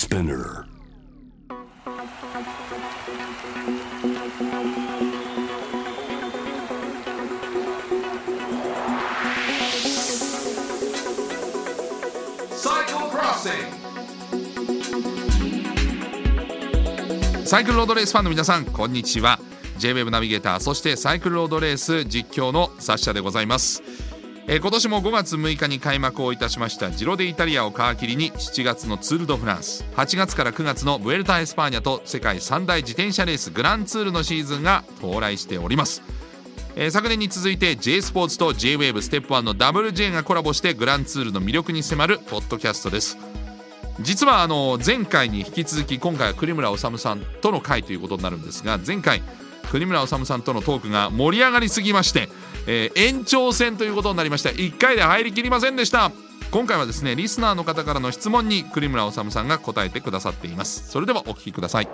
Spinner. サイクルロードレースファンの皆さん、こんにちは。 J-WEB ナビゲーター、そしてサイクルロードレース実況のサッシャでございます。今年も5月6日に開幕をいたしましたジロデイタリアを皮切りに、7月のツールドフランス、8月から9月のブエルタエスパーニャと世界三大自転車レースグランツールのシーズンが到来しております。昨年に続いて J スポーツと J-WEB ステップ1の WJ がコラボしてグランツールの魅力に迫るポッドキャストです。実は前回に引き続き、今回は栗村治さんとの回ということになるんですが、前回栗村治さんとのトークが盛り上がりすぎまして、延長戦ということになりました。1回で入りきりませんでした。今回はですね、リスナーの方からの質問に栗村治さんが答えてくださっています。それではお聞きください。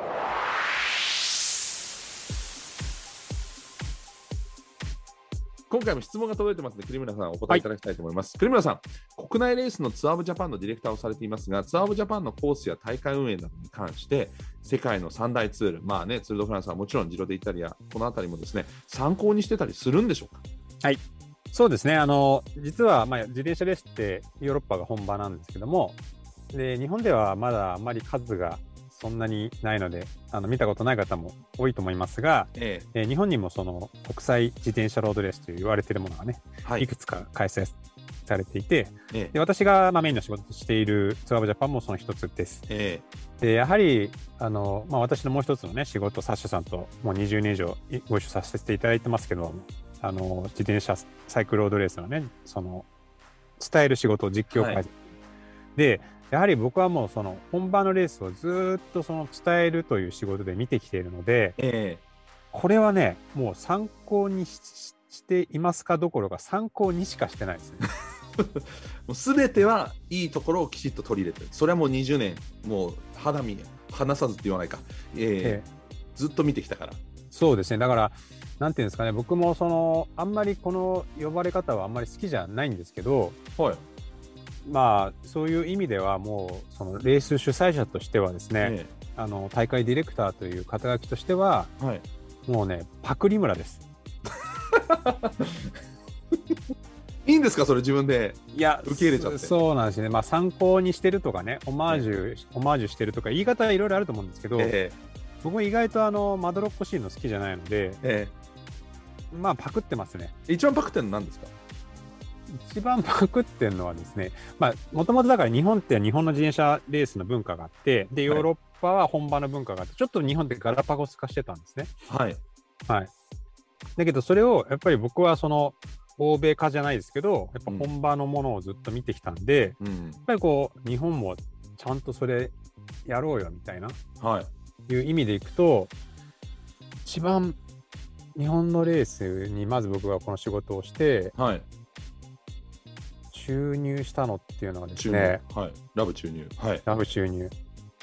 今回も質問が届いてますので、栗村さんお答えいただきたいと思います。栗村さん、国内レースのツアーオブジャパンのディレクターをされていますが、ツアーオブジャパンのコースや大会運営などに関して世界の三大ツール、ツールドフランスはもちろんジロデイタリア、このあたりもですね、参考にしてたりするんでしょうか？ はい、そうですね。実は自転車レースってヨーロッパが本場なんですけども、で日本ではまだあまり数がそんなにないので、見たことない方も多いと思いますが、日本にもその国際自転車ロードレースと言われているものがね、いくつか開催されていて、で私がメインの仕事としているツアーオブジャパンもその一つです。でやはり私のもう一つのね仕事、サッシャさんともう20年以上ご一緒させていただいてますけど、自転車サイクルロードレースのね、その伝える仕事、実況解説、でやはり僕はもうその本場のレースをずっとその伝えるという仕事で見てきているので、これはね、もう参考にしていますかどころか参考にしかしてないですね。 もう全てはいいところをきちっと取り入れてる。それはもう20年もう肌身離さずって言わないか、ずっと見てきたから。 そうですね。だからなんていうんですかね、僕もあんまりこの呼ばれ方はあんまり好きじゃないんですけど、そういう意味ではもうそのレース主催者としてはですね、大会ディレクターという肩書きとしては、もうねパクリ村です。 いいんですか、それ自分で受け入れちゃって。 そうなんですね。参考にしてるとかね、オマージュしてるとか言い方はいろいろあると思うんですけど、僕は意外とまどろっこしいの好きじゃないので、パクってますね。 一番パクってるの何ですか？ 一番パクってるのはですね、もともとだから日本って日本の自転車レースの文化があって、でヨーロッパは本場の文化があって、ちょっと日本ってガラパゴス化してたんですね。だけどそれをやっぱり僕はその欧米化じゃないですけど、やっぱ本場のものをずっと見てきたんで、やっぱりこう日本もちゃんとそれやろうよみたいな、いう意味でいくと、一番日本のレースにまず僕がこの仕事をして、注入したのっていうのはですね、 ラブ注入、 ラブ注入。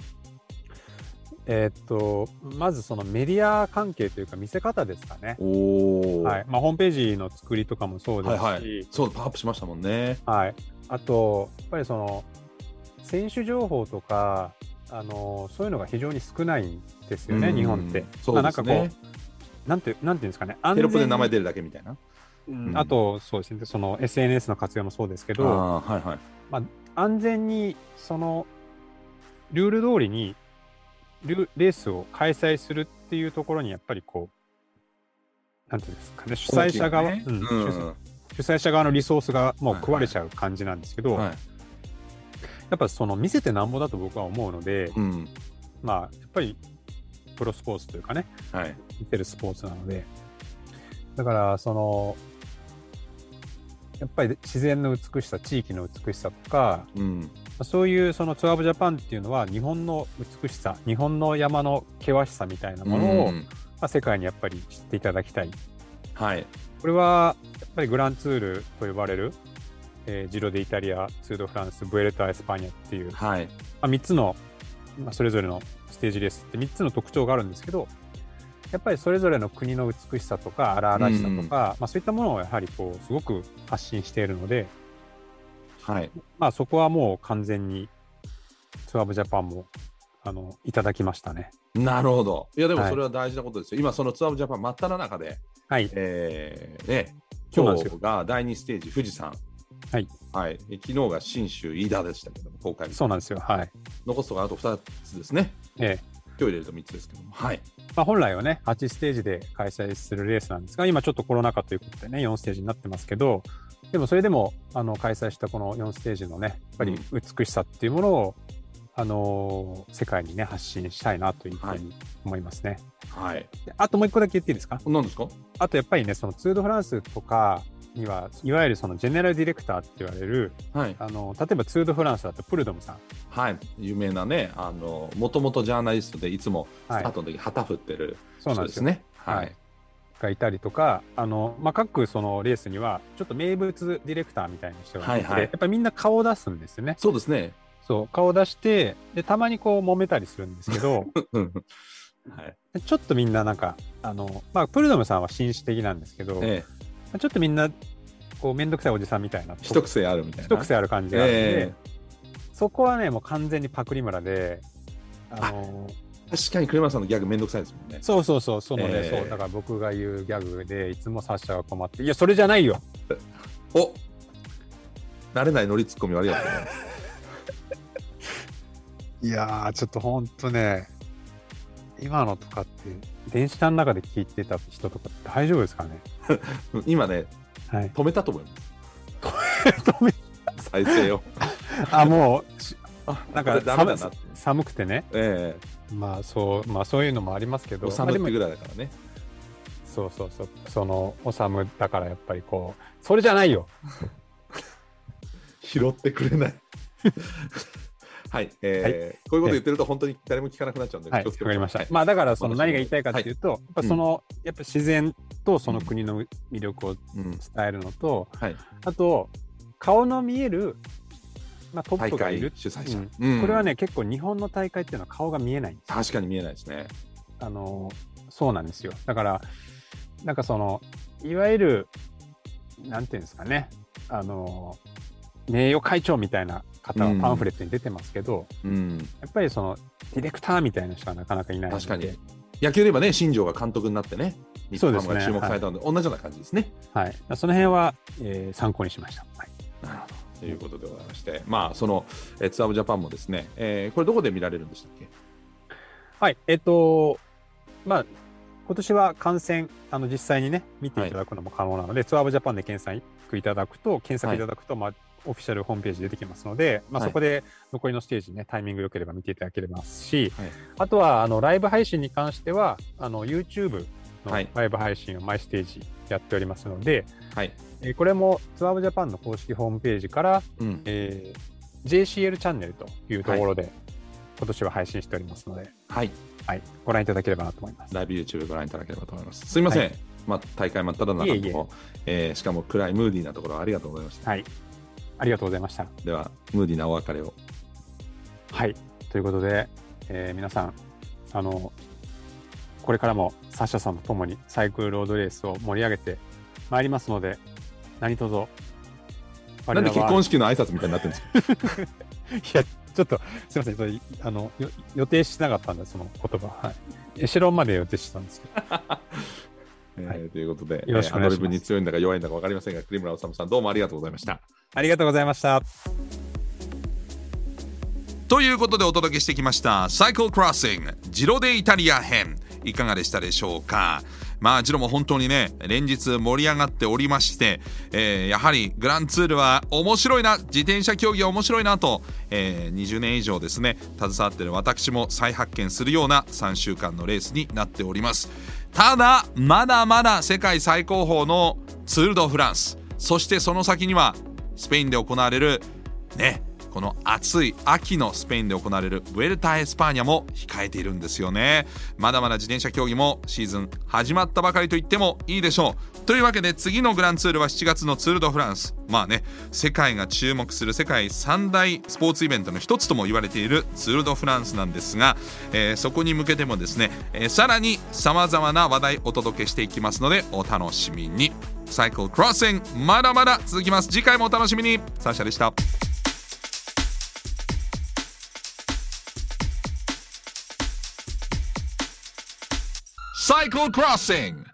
まずそのメディア関係というか見せ方ですかね。ホームページの作りとかもそうですし、 そうパワーアップしましたもんね。 あとやっぱりその選手情報とかそういうのが非常に少ないんですよね、日本って。なんかこうなんていうんですかね、 テロップで名前出るだけみたいな。 あとそうですね、その SNS の活用もそうですけど、安全にそのルール通りにレースを開催するっていうところにやっぱりこうなんていうんですかね、主催者側、主催者側のリソースがもう食われちゃう感じなんですけど、やっぱその見せてなんぼだと僕は思うので、やっぱりプロスポーツというかね、見てるスポーツなので、だからそのやっぱり自然の美しさ、地域の美しさとか、そういうそのツアーオブジャパンっていうのは日本の美しさ、日本の山の険しさみたいなものを、世界にやっぱり知っていただきたい。これはやっぱりグランツールと呼ばれる、ジロデイタリア、ツードフランス、ブエルタ・エスパーニャっていう、3つの、それぞれのステージレースって3つの特徴があるんですけど、やっぱりそれぞれの国の美しさとか荒々しさとか、そういったものをやはりこうすごく発信しているので、そこはもう完全にツアーオブジャパンもいただきましたね。 なるほど。いやでもそれは大事なことですよ、今そのツアーオブジャパン真っ只中で、 はい、 今日が第2ステージ富士山、 はいはい、昨日が信州飯田でしたけども、公開日。 そうなんですよ、はい、 残すところあと2つですね、今日入れると3つですけども、はい、 本来はね8ステージで開催するレースなんですが、今ちょっとコロナ禍ということでね4ステージになってますけど、でもそれでも開催したこの4ステージのねやっぱり美しさっていうものを、世界にね発信したいなというふうに思いますね。 はい、 あともう一個だけ言っていいですか。 何ですか。 あとやっぱりねそのツール・ド・フランスとかにはいわゆるそのジェネラルディレクターって言われる、はい、例えばツール・ド・フランスだとプルドムさん、 はい、有名なねもともとジャーナリストでいつもスタートの時旗振ってる人ですね。 はい、がいたりとか各そのレースにはちょっと名物ディレクターみたいな人がいて、やっぱりみんな顔を出すんですよね。 そうですね。 そう顔を出してでたまにこう揉めたりするんですけど、はい、ちょっとみんななんかプルドムさんは紳士的なんですけど、ちょっとみんなこう面倒くさいおじさんみたいな一癖あるみたいな一癖ある感じがあって、そこはねもう完全にパクリ村で確かに栗村さんのギャグめんどくさいですもんね。 そうそうだから僕が言うギャグでいつもサッシャが困って、いやそれじゃないよお慣れないノリツッコミはありがとうございますいやーちょっとほんとね今のとかって電車の中で聞いてた人とか大丈夫ですかね今ね、はい、止めたと思います止め再生をもうなんか寒くてね、そういうのもありますけど、 おさむってぐらいだからね、 そうそのおさむだからやっぱりこうそれじゃないよ拾ってくれないはい、こういうこと言ってると本当に誰も聞かなくなっちゃうんで、 わかりました。だからその何が言いたいかっていうと、やっぱそのやっぱ自然とその国の魅力を伝えるのと、あと顔の見えるトップがいる主催者、 これはね結構日本の大会っていうのは顔が見えないんです。 確かに見えないですね。 そうなんですよ。だからなんかそのいわゆるなんていうんですかね、名誉会長みたいな方はパンフレットに出てますけど、やっぱりそのディレクターみたいな人はなかなかいないので。 確かに野球で言えばね新庄が監督になってね日本が注目されたので、同じような感じですね。 はい、その辺は、参考にしました。はい、 なるほどということでございまして、そのツアーオブジャパンもですね、これどこで見られるんでしたっけ。 はい、今年は観戦実際にね見ていただくのも可能なので、ツアーオブジャパンで検索いただくと、オフィシャルホームページ出てきますので、そこで残りのステージねタイミング良ければ見ていただければし、あとはライブ配信に関してはYouTube のライブ配信を毎ステージやっておりますので、これもツアーオブジャパンの公式ホームページから、JCL チャンネルというところで、今年は配信しておりますので、ご覧いただければなと思います。 ライブ YouTube ご覧いただければと思います。すいません、大会真っただ中のしかも暗いムーディーなところありがとうございました。 ありがとうございました。 ではムーディーなお別れを。 ということで、皆さんこれからもサッシャさんとともにサイクルロードレースを盛り上げてまいりますので、何卒なんで結婚式の挨拶みたいになってるんですかいやちょっとすみません、予定してなかったんでその言葉、エシェロンまで予定してたんですけどということで、 よろしくお願いします。アドリブに強いんだか弱いんだか分かりませんが、栗村修さんどうもありがとうございました。 ありがとうございました。 ということでお届けしてきましたサイクルクロッシングジロデイタリア編、いかがでしたでしょうか。ジロも本当にね連日盛り上がっておりまして、やはりグランツールは面白いな、自転車競技は面白いなと、20年以上ですね携わっている私も再発見するような3週間のレースになっております。ただまだまだ世界最高峰のツール・ド・フランス、そしてその先にはスペインで行われるねこの暑い秋のスペインで行われるブエルタ・エスパーニャも控えているんですよね。まだまだ自転車競技もシーズン始まったばかりと言ってもいいでしょう。というわけで次のグランツールは7月のツール・ド・フランス、世界が注目する世界三大スポーツイベントの一つとも言われているツール・ド・フランスなんですが、そこに向けてもですね、さらに様々な話題をお届けしていきますのでお楽しみに。サイクルクロッシングまだまだ続きます。次回もお楽しみに。サッシャでした。 Cycle Crossing